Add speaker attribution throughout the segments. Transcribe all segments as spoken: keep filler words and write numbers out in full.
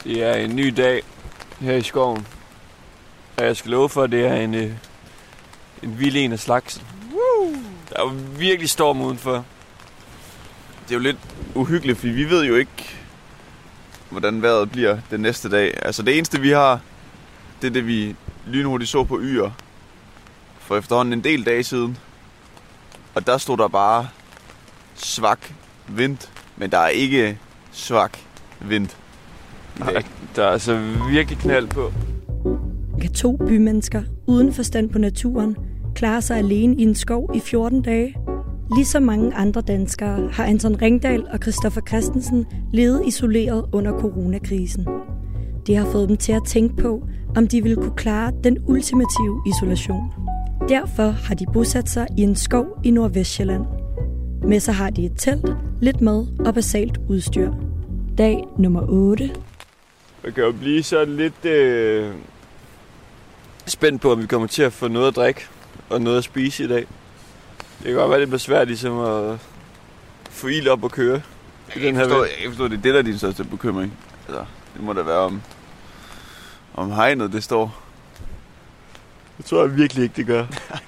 Speaker 1: Det er en ny dag her i skoven. Og jeg skal love for, at det er en, øh, en vild en af slagsen. Woo! Der er jo virkelig storm udenfor.
Speaker 2: Det er jo lidt uhyggeligt, fordi vi ved jo ikke, hvordan vejret bliver den næste dag. Altså det eneste, vi har, det er det, vi lynhurtigt så på Yr for efterhånden en del dage siden. Og der stod der bare svag vind, men der er ikke svag vind i dag.
Speaker 1: Nej, der er altså virkelig knald på.
Speaker 3: Kan to bymennesker uden forstand på naturen klare sig alene i en skov i fjorten dage? Ligesom mange andre danskere har Anton Ringdal og Christoffer Christensen levet isoleret under coronakrisen. Det har fået dem til at tænke på, om de ville kunne klare den ultimative isolation. Derfor har de bosat sig i en skov i Nordvestsjælland. Med sig har de et telt, lidt mad og basalt udstyr. Dag nummer otte.
Speaker 1: Jeg kan jo blive sådan lidt øh, spændt på, om vi kommer til at få noget at drikke og noget at spise i dag. Det kan godt være, det bliver svært ligesom at få ild op og køre. I den her
Speaker 2: jeg, forstår, jeg forstår, det er det, der er din største bekymring. Altså, det må da være om, om hegnet, det står.
Speaker 1: Jeg tror jeg virkelig ikke, det gør.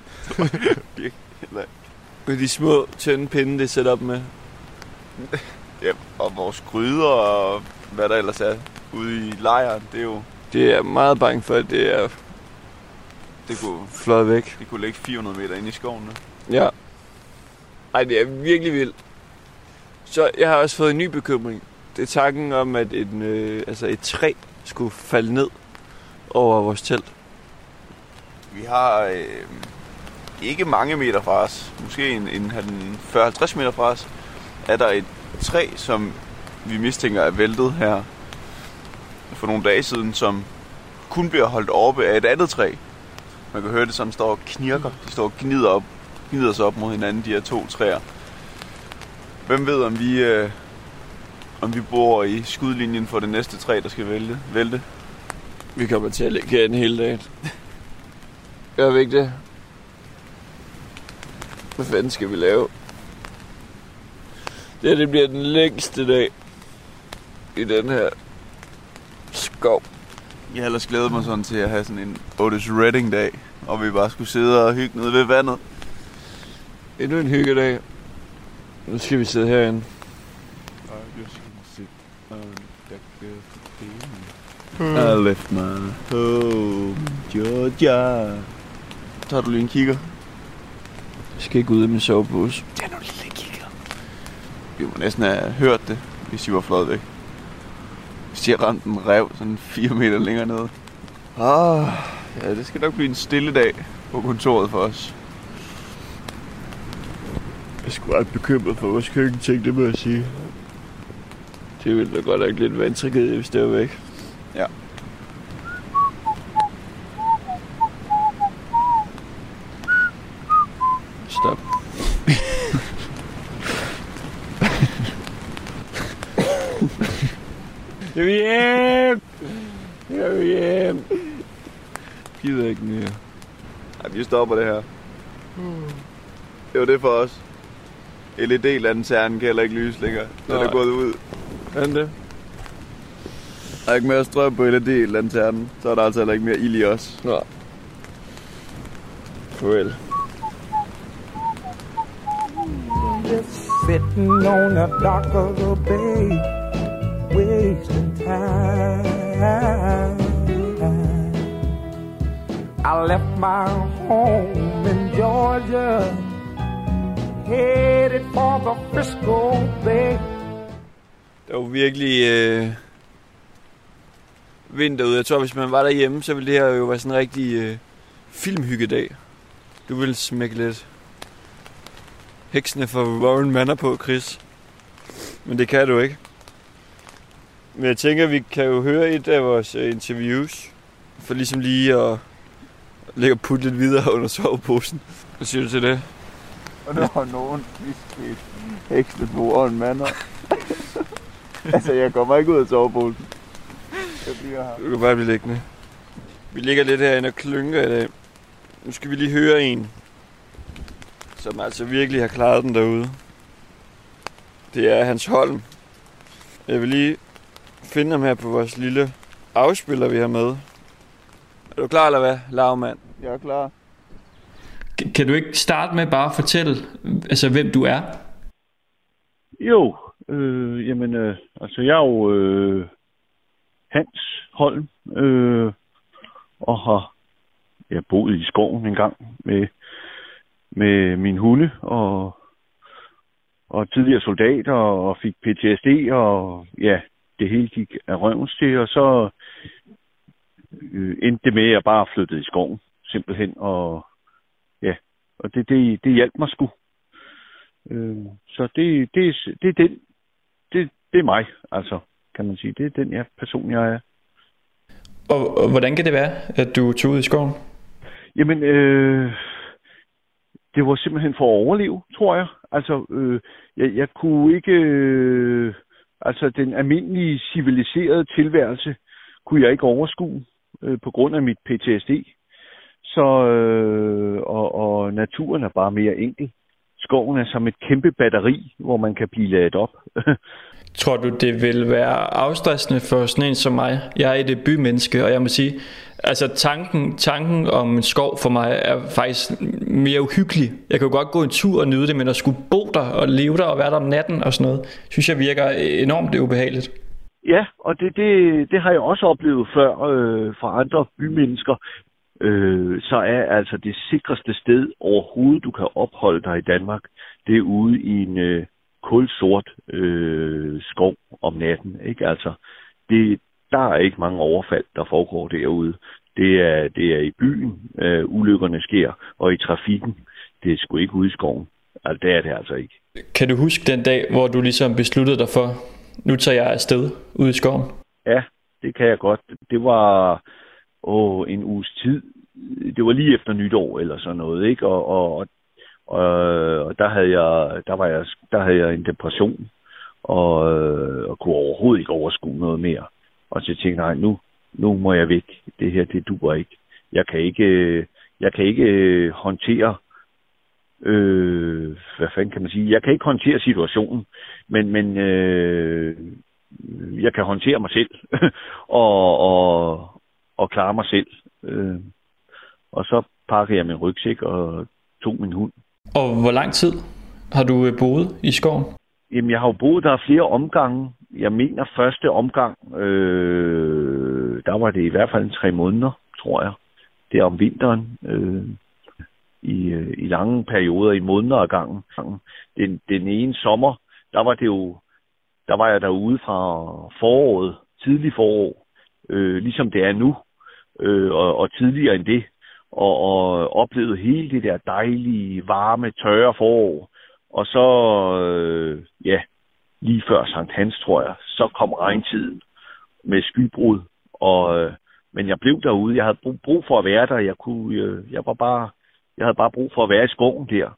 Speaker 2: Nej.
Speaker 1: Med de små tynde pinde, det er sat op med.
Speaker 2: Ja, og vores gryder og hvad der ellers er ude i lejren, det er jo...
Speaker 1: Det er meget bange for, at det er
Speaker 2: det kunne,
Speaker 1: fløjet væk.
Speaker 2: Det kunne ligge fire hundrede meter inde i skoven nu.
Speaker 1: Ja. Ej, det er virkelig vildt. Så jeg har også fået en ny bekymring. Det er tanken om, at en, øh, altså et træ skulle falde ned over vores telt.
Speaker 2: Vi har øh, ikke mange meter fra os, måske en, en fyrre til halvtreds meter fra os, er der et træ, som vi mistænker er væltet her for nogle dage siden, som kun bliver holdt oppe af et andet træ. Man kan høre det, som står og knirker. De står og gnider, op, gnider sig op mod hinanden, de her to træer. Hvem ved, om vi, øh, om vi bor i skudlinjen for det næste træ, der skal vælte? vælte?
Speaker 1: Vi kommer til at ligge herinde hele dagen. Gør vi ikke det? Hvad fanden skal vi lave? Det her, det bliver den længste dag i den her skov.
Speaker 2: Jeg har ellers glædet mig sådan til at have sådan en Otis Redding-dag, og vi bare skulle sidde og hygge nede ved vandet.
Speaker 1: Endnu en hyggedag. Nu skal vi sidde herinde.
Speaker 2: I left my home, Georgia. Tager du lige en kigger?
Speaker 1: Jeg skal ikke ud i min sovepose.
Speaker 2: Det er nu lige kigger. Vi må næsten have hørt det, hvis I var fløjet væk. Hvis de har ramt en rev sådan fire meter længere nede. Ah, ja, det skal nok blive en stille dag på kontoret for os.
Speaker 1: Jeg er sgu ret bekymret for vores køkkenting, det må jeg sige. Det ville da godt nok lidt være en tragedie, hvis det var væk.
Speaker 2: Ja.
Speaker 1: Stop. Jeg vil hjem! Jeg vil hjem! Gider ikke mere.
Speaker 2: Ej, vi stopper det her. Det var det for os. L E D-lanternen kan heller ikke lyse længere. Den er gået ud.
Speaker 1: Hvad det?
Speaker 2: Der er ikke mere strøm på L E D-lanternen. Så er der altså heller ikke mere ild i os.
Speaker 1: Nej. Farvel.
Speaker 4: Just sitting on a dock of the bay, wasting time. I left my home in Georgia, headed for the Frisco Bay.
Speaker 1: Det var virkelig øh, vinter ude. Jeg tror, hvis man var derhjemme, så ville det her jo være sådan en rigtig øh, filmhyggedag. Du ville smække lidt heksene for Warren Manor på, Chris. Men det kan du ikke. Men jeg tænker, vi kan jo høre et af vores øh, interviews, for ligesom lige at lægge og putte lidt videre under soveposen. Hvad siger du til det?
Speaker 2: Og der var nogen vist heksene på Warren Manor. Altså, jeg kommer ikke ud af soveposen. Jeg bliver her.
Speaker 1: Du kan bare blive liggende. Vi ligger lidt herinde og klynker i dag. Nu skal vi lige høre en, som altså virkelig har klaret den derude. Det er Hans Holm. Jeg vil lige finde ham her på vores lille afspiller, vi har med. Er du klar, eller hvad, Laumann?
Speaker 2: Jeg er klar.
Speaker 5: Kan du ikke starte med bare at fortælle, altså, hvem du er?
Speaker 6: Jo, øh, jamen, øh, altså jeg er jo øh, Hans Holm, øh, og har jeg boet i skoven en gang med, med min hunde, og, og tidligere soldat, og, og fik P T S D, og ja, det hele gik af røvens til, og så øh, endte det med, at jeg bare flyttede i skoven, simpelthen, og ja, og det, det, det hjalp mig sgu. Øh, så det, det, det er den, det, det er mig, altså, kan man sige. Det er den ja, person, jeg er.
Speaker 5: Og, og hvordan kan det være, at du tog ud i skoven?
Speaker 6: Jamen, øh, det var simpelthen for at overleve, tror jeg. Altså, øh, jeg, jeg kunne ikke, øh, altså den almindelige civiliserede tilværelse, kunne jeg ikke overskue øh, på grund af mit P T S D. Så, øh, og, og naturen er bare mere enkel. Skoven er som et kæmpe batteri, hvor man kan blive ladet op.
Speaker 5: Tror du, det vil være afstressende for sådan en som mig? Jeg er et bymenneske, og jeg må sige, altså tanken, tanken om en skov for mig er faktisk mere uhyggelig. Jeg kan jo godt gå en tur og nyde det, men at skulle bo der og leve der og være der om natten og sådan noget, synes jeg virker enormt ubehageligt.
Speaker 6: Ja, og det, det, det har jeg også oplevet før øh, fra andre bymennesker. Øh, så er altså det sikreste sted overhovedet, du kan opholde dig i Danmark, det er ude i en øh, kulsort øh, skov om natten. Ikke? Altså, det, der er ikke mange overfald, der foregår derude. Det er, det er i byen, øh, ulykkerne sker, og i trafikken. Det er sgu ikke ude i skoven. Altså, det er det altså ikke.
Speaker 5: Kan du huske den dag, hvor du ligesom besluttede dig for, nu tager jeg afsted ude i skoven?
Speaker 6: Ja, det kan jeg godt. Det var åh, en uges tid. Det var lige efter nytår eller sådan noget, ikke? Og, og, og, og der havde jeg, der var jeg, der havde jeg en depression og, og kunne overhovedet ikke overskue noget mere. Og så tænkte jeg, nej, nu, nu må jeg væk. Det her, det duer ikke. Jeg kan ikke, jeg kan ikke håndtere, øh, hvad fanden kan man sige? Jeg kan ikke håndtere situationen, men, men øh, jeg kan håndtere mig selv og, og, og klare mig selv. Øh, og så pakkede jeg min rygsæk og tog min hund.
Speaker 5: Og hvor lang tid har du boet i skoven?
Speaker 6: Jamen, jeg har jo boet der flere omgange. Jeg mener første omgang, øh, der var det i hvert fald en tre måneder, tror jeg. Det er om vinteren. Øh, i, I lange perioder, i måneder ad gangen. Den, den ene sommer, der var det jo, der var jeg derude fra foråret, tidlig forår, øh, ligesom det er nu, øh, og, og tidligere end det. Og, og oplevede hele det der dejlige, varme, tørre forår. Og så, øh, ja, lige før Sankt Hans, tror jeg, så kom regntiden med skybrud. Og, øh, men jeg blev derude. Jeg havde brug, brug for at være der. Jeg kunne, øh, jeg var bare, jeg havde bare brug for at være i skoven der.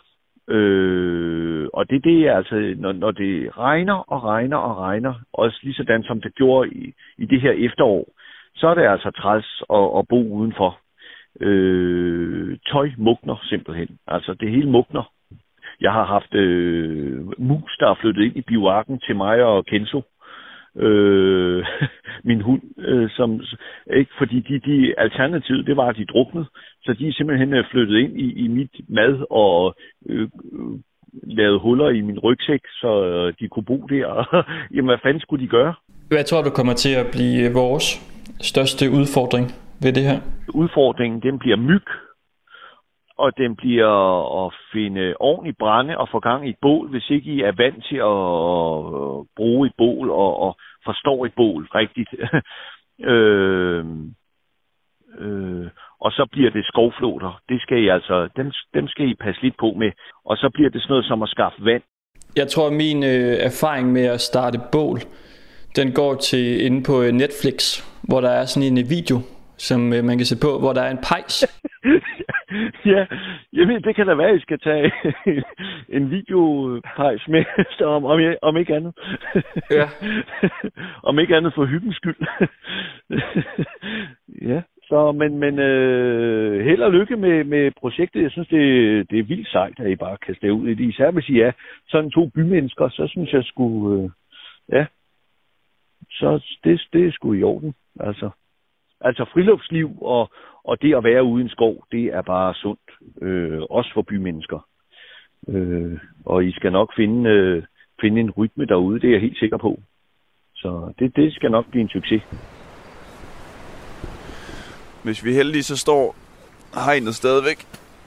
Speaker 6: Øh, og det, det er altså, når, når det regner og regner og regner, også lige sådan som det gjorde i, i det her efterår, så er det altså træls at, at bo udenfor. Øh, tøj mugner simpelthen. Altså det hele mugner. Jeg har haft øh, mus, der er flyttet ind i bivakken til mig og Kenzo. Øh, min hund, øh, som ikke, fordi de, de alternativet, det var, at de druknede. Så de er simpelthen flyttet ind i, i mit mad og øh, lavet huller i min rygsæk, så øh, de kunne bo der. Jamen, hvad fanden skulle de gøre?
Speaker 5: Hvad tror du kommer til at blive vores største udfordring ved det her?
Speaker 6: Udfordringen, den bliver myg, og den bliver at finde ordentligt brænde og få gang i et bål, hvis ikke I er vant til at bruge et bål og, og forstår et bål rigtigt. øh, øh, og så bliver det skovflåter. Det skal I altså, dem, dem skal I passe lidt på med. Og så bliver det sådan noget som at skaffe vand.
Speaker 5: Jeg tror, min øh, erfaring med at starte bål, den går til inde på Netflix, hvor der er sådan en video, som øh, man kan se på, hvor der er en pejs.
Speaker 6: Ja, jeg ved, det kan da være, at I skal tage en videopejs med, om, om, om ikke andet.
Speaker 5: Ja.
Speaker 6: Om ikke andet for hyggens skyld. Ja, så, men, men øh, held og lykke med, med projektet. Jeg synes, det, det er vildt sejt, at I bare kaster ud i det. Især hvis I er sådan to bymennesker, så synes jeg skulle, øh, ja, så det, det er sgu i orden. Altså, altså friluftsliv og, og det at være ude i en skov, det er bare sundt. Øh, også for bymennesker. Øh, og I skal nok finde, øh, finde en rytme derude, det er jeg helt sikker på. Så det, det skal nok blive en succes.
Speaker 2: Hvis vi er heldige, så står hegnet stadigvæk.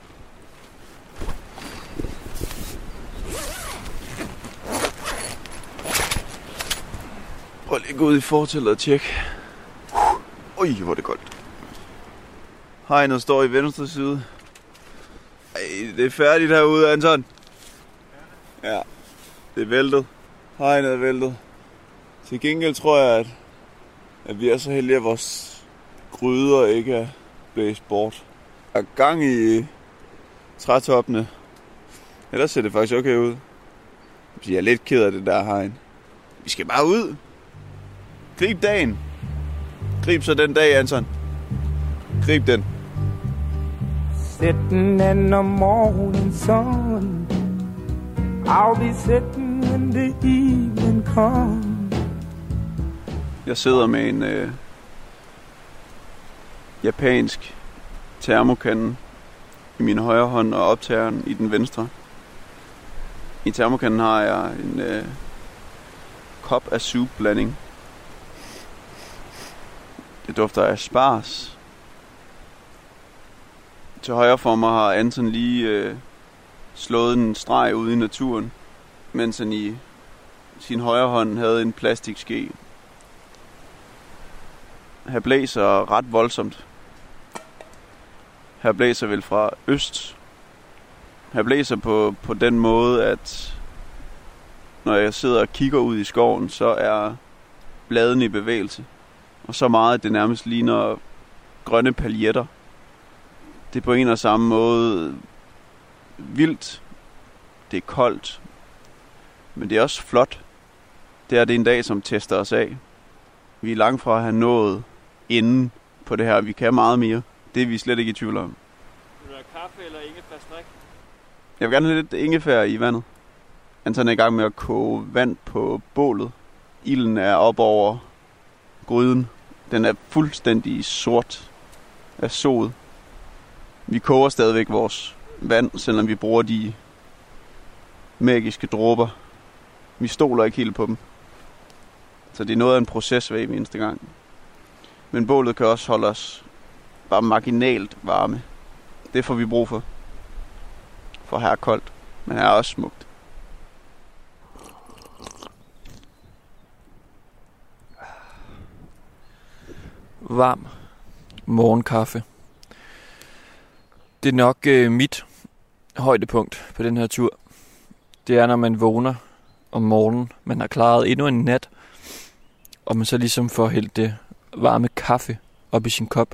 Speaker 2: Prøv lige at gå ud i fortællet og tjekke. Oj, hvor er det koldt. Hegnet står i venstre side. Ej, det er færdigt herude, Anton. Ja, det er væltet. Hegnet er væltet. Til gengæld tror jeg, at, at vi er så heldige, at vores gryder ikke er blæst bort. Der er gang i trætoppene. Ellers ser det faktisk okay ud. Jeg er lidt ked af det der hegn. Vi skal bare ud. Grib dagen. Grib så den dag, Anton. Grib den.
Speaker 4: Sitting in the morning sun, I'll be sitting when the evening comes.
Speaker 2: Jeg sidder med en øh, japansk termokande i min højre hånd og optageren i den venstre. I termokanden har jeg en øh, kop af soup-blanding. Det dufter af asparges. Til højre for mig har Anton lige øh, slået en streg ude i naturen, mens han i sin højre hånd havde en plastikske. Her blæser ret voldsomt. Her blæser vel fra øst. Her blæser på, på den måde, at når jeg sidder og kigger ud i skoven, så er bladene i bevægelse. Og så meget, at det nærmest ligner grønne paljetter. Det er på en og samme måde vildt. Det er koldt. Men det er også flot. Det er det en dag, som tester os af. Vi er langt fra at have nået inden på det her. Vi kan meget mere. Det er vi slet ikke i tvivl om.
Speaker 5: Vil du have kaffe eller ingefærstrik?
Speaker 2: Jeg vil gerne have lidt ingefær i vandet. Anton er i gang med at koge vand på bålet. Ilden er op over gryden. Den er fuldstændig sort af sod. Vi koger stadigvæk vores vand, selvom vi bruger de magiske dråber. Vi stoler ikke helt på dem. Så det er noget af en proces hver eneste gang. Men bålet kan også holde os bare marginalt varme. Det får vi brug for. For her er koldt, men her er også smukt.
Speaker 5: Varm morgenkaffe. Det er nok øh, mit højdepunkt på den her tur. Det er, når man vågner om morgenen, man har klaret endnu en nat, og man så ligesom får hældt det varme kaffe op i sin kop.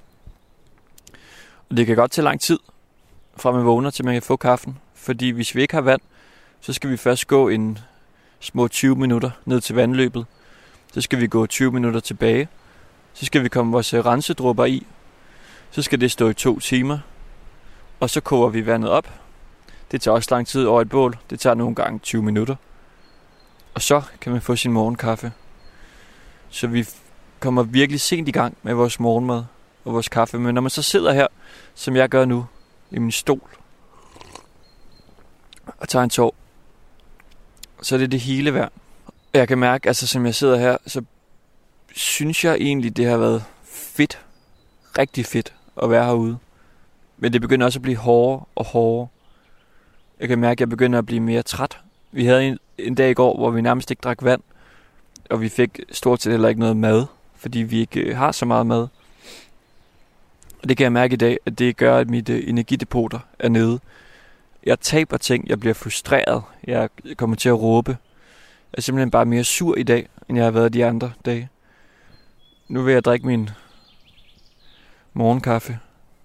Speaker 5: Og det kan godt tage lang tid, fra man vågner til man kan få kaffen, fordi hvis vi ikke har vand, så skal vi først gå en små tyve minutter ned til vandløbet. Så skal vi gå tyve minutter tilbage. Så skal vi komme vores rensedrupper i. Så skal det stå i to timer. Og så koger vi vandet op. Det tager også lang tid over et bål. Det tager nogle gange tyve minutter. Og så kan man få sin morgenkaffe. Så vi kommer virkelig sent i gang med vores morgenmad og vores kaffe. Men når man så sidder her, som jeg gør nu, i min stol, og tager en tår, så er det det hele værd. Og jeg kan mærke, altså som jeg sidder her, så synes jeg egentlig, det har været fedt. Rigtig fedt at være herude. Men det begynder også at blive hårdere og hårdere. Jeg kan mærke, at jeg begynder at blive mere træt. Vi havde en, en dag i går, hvor vi nærmest ikke drak vand. Og vi fik stort set heller ikke noget mad, fordi vi ikke har så meget mad. Og det kan jeg mærke i dag, at det gør, at mit energidepoter er nede. Jeg taber ting, jeg bliver frustreret, jeg kommer til at råbe. Jeg er simpelthen bare mere sur i dag, end jeg har været de andre dage. Nu vil jeg drikke min morgenkaffe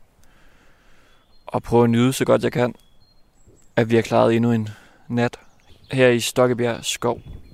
Speaker 5: og prøve at nyde så godt jeg kan, at vi har klaret endnu en nat her i Stokkebjerg skov.